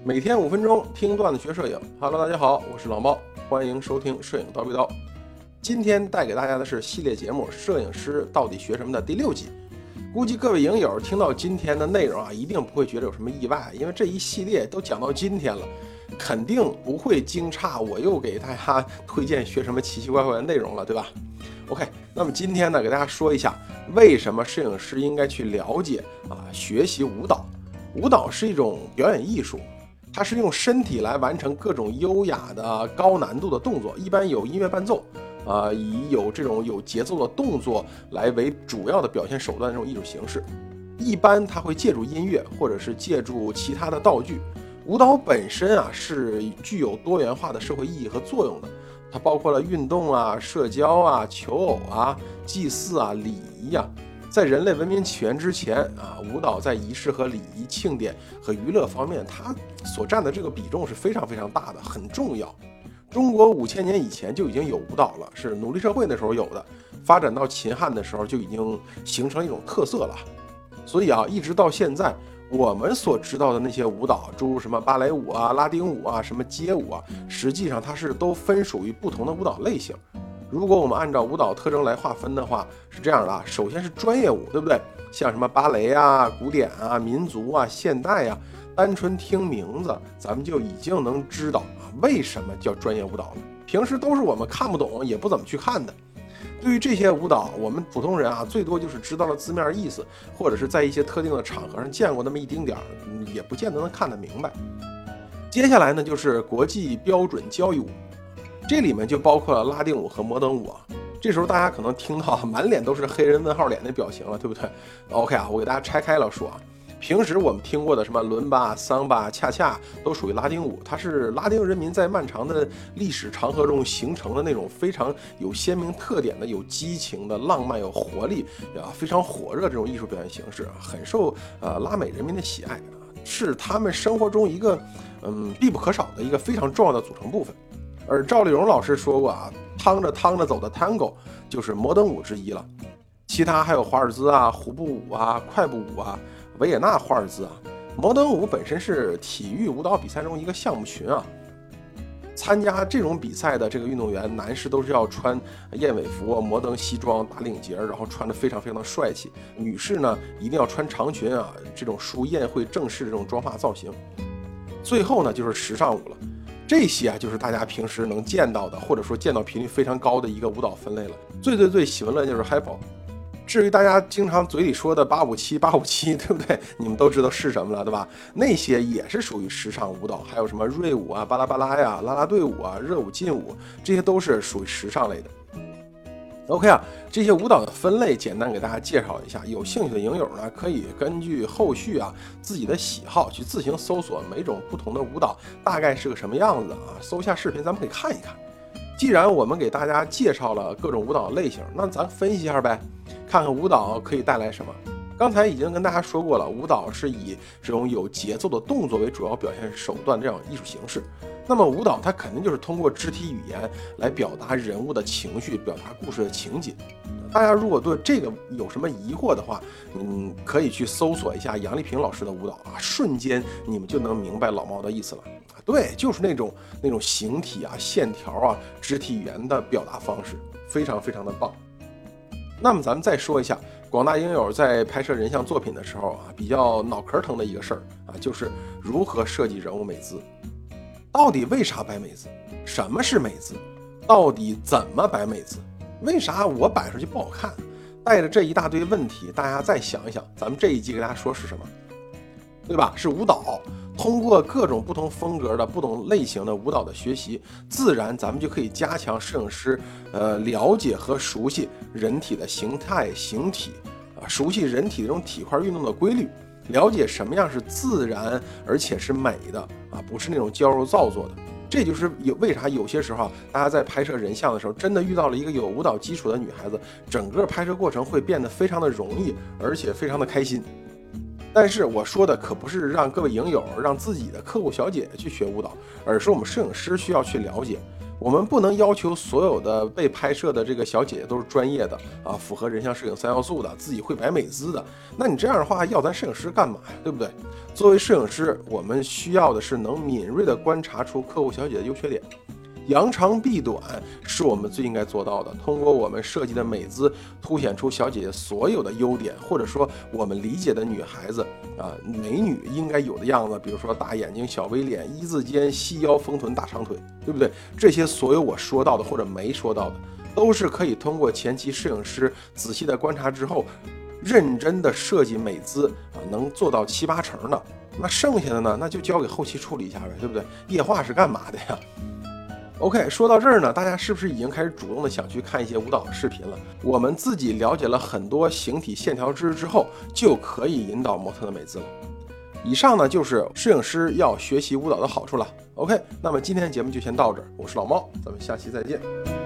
每天5分钟听段子学摄影。Hello， 大家好，我是老猫，欢迎收听摄影叨逼叨。今天带给大家的是系列节目《摄影师到底学什么》的第6集。估计各位影友听到今天的内容一定不会觉得有什么意外，因为这一系列都讲到今天了，肯定不会惊诧我又给大家推荐学什么奇奇怪怪的内容了，对吧？ OK， 那么今天呢，给大家说一下为什么摄影师应该去了解学习舞蹈。舞蹈是一种表演艺术，它是用身体来完成各种优雅的高难度的动作，一般有音乐伴奏，以有这种有节奏的动作来为主要的表现手段的这种艺术形式。一般它会借助音乐或者是借助其他的道具。舞蹈本身是具有多元化的社会意义和作用的，它包括了运动社交求偶祭祀礼仪在人类文明起源之前舞蹈在仪式和礼仪、庆典和娱乐方面，它所占的这个比重是非常非常大的，很重要。中国5000年以前就已经有舞蹈了，是奴隶社会的时候有的，发展到秦汉的时候就已经形成一种特色了。所以一直到现在，我们所知道的那些舞蹈，诸如什么芭蕾舞拉丁舞什么街舞实际上它是都分属于不同的舞蹈类型。如果我们按照舞蹈特征来划分的话，是这样的首先是专业舞，对不对？像什么芭蕾古典民族现代单纯听名字咱们就已经能知道为什么叫专业舞蹈了。平时都是我们看不懂也不怎么去看的。对于这些舞蹈，我们普通人最多就是知道了字面意思，或者是在一些特定的场合上见过那么一丁点儿，也不见得能看得明白。接下来呢，就是国际标准交谊舞，这里面就包括了拉丁舞和摩登舞这时候大家可能听到满脸都是黑人问号脸的表情了，对不对？ OK 我给大家拆开了说平时我们听过的什么伦巴、桑巴、恰恰都属于拉丁舞，它是拉丁人民在漫长的历史长河中形成的那种非常有鲜明特点的、有激情的、浪漫有活力非常火热这种艺术表现形式，很受拉美人民的喜爱是他们生活中一个必不可少的一个非常重要的组成部分。而赵丽蓉老师说过趟着趟着走的 Tango 就是摩登舞之一了，其他还有华尔兹胡步舞快步舞维也纳华尔兹摩登舞本身是体育舞蹈比赛中一个项目群参加这种比赛的这个运动员，男士都是要穿燕尾服摩登西装打领结，然后穿得非常非常的帅气，女士呢一定要穿长裙这种属宴会正式的这种妆发造型。最后呢就是时尚舞了，这些就是大家平时能见到的，或者说见到频率非常高的一个舞蹈分类了。最喜闻乐就是 Hip-Hop。至于大家经常嘴里说的857，对不对？你们都知道是什么了，对吧？那些也是属于时尚舞蹈，还有什么瑞舞巴拉巴拉啦啦队舞热舞劲舞，这些都是属于时尚类的。OK 这些舞蹈的分类简单给大家介绍一下，有兴趣的影友呢，可以根据后续自己的喜好去自行搜索每种不同的舞蹈大概是个什么样子搜一下视频咱们可以看一看。既然我们给大家介绍了各种舞蹈类型，那咱分析一下呗，看看舞蹈可以带来什么。刚才已经跟大家说过了，舞蹈是以这种有节奏的动作为主要表现手段这样艺术形式。那么舞蹈它肯定就是通过肢体语言来表达人物的情绪，表达故事的情节。大家如果对这个有什么疑惑的话，可以去搜索一下杨丽萍老师的舞蹈瞬间你们就能明白老猫的意思了。对，就是那种形体线条肢体语言的表达方式，非常非常的棒。那么咱们再说一下广大影友在拍摄人像作品的时候比较脑壳疼的一个事儿就是如何设计人物美姿。到底为啥摆美姿？什么是美姿？到底怎么摆美姿？为啥我摆出去不好看？带着这一大堆问题，大家再想一想，咱们这一集给大家说是什么，对吧？是舞蹈。通过各种不同风格的不同类型的舞蹈的学习，自然咱们就可以加强摄影师了解和熟悉人体的形态形体熟悉人体这种体块运动的规律，了解什么样是自然而且是美的不是那种矫揉造作的。这就是为啥有些时候大家在拍摄人像的时候，真的遇到了一个有舞蹈基础的女孩子，整个拍摄过程会变得非常的容易，而且非常的开心。但是我说的可不是让各位影友让自己的客户小姐姐去学舞蹈，而是我们摄影师需要去了解我们不能要求所有的被拍摄的这个小姐姐都是专业的啊，符合人像摄影3要素的，自己会摆美姿的。那你这样的话，要咱摄影师干嘛呀？对不对？作为摄影师，我们需要的是能敏锐地观察出客户小姐的优缺点。扬长避短是我们最应该做到的，通过我们设计的美姿凸显出小姐姐所有的优点，或者说我们理解的女孩子美女应该有的样子，比如说大眼睛小 V 脸一字肩细腰丰臀大长腿，对不对？这些所有我说到的或者没说到的，都是可以通过前期摄影师仔细的观察之后认真的设计美姿能做到7、8成的。那剩下的呢，那就交给后期处理一下呗，对不对？液化是干嘛的呀？OK， 说到这儿呢，大家是不是已经开始主动的想去看一些舞蹈的视频了？我们自己了解了很多形体线条知识之后，就可以引导模特的美姿了。以上呢就是摄影师要学习舞蹈的好处了。OK， 那么今天的节目就先到这儿，我是老猫，咱们下期再见。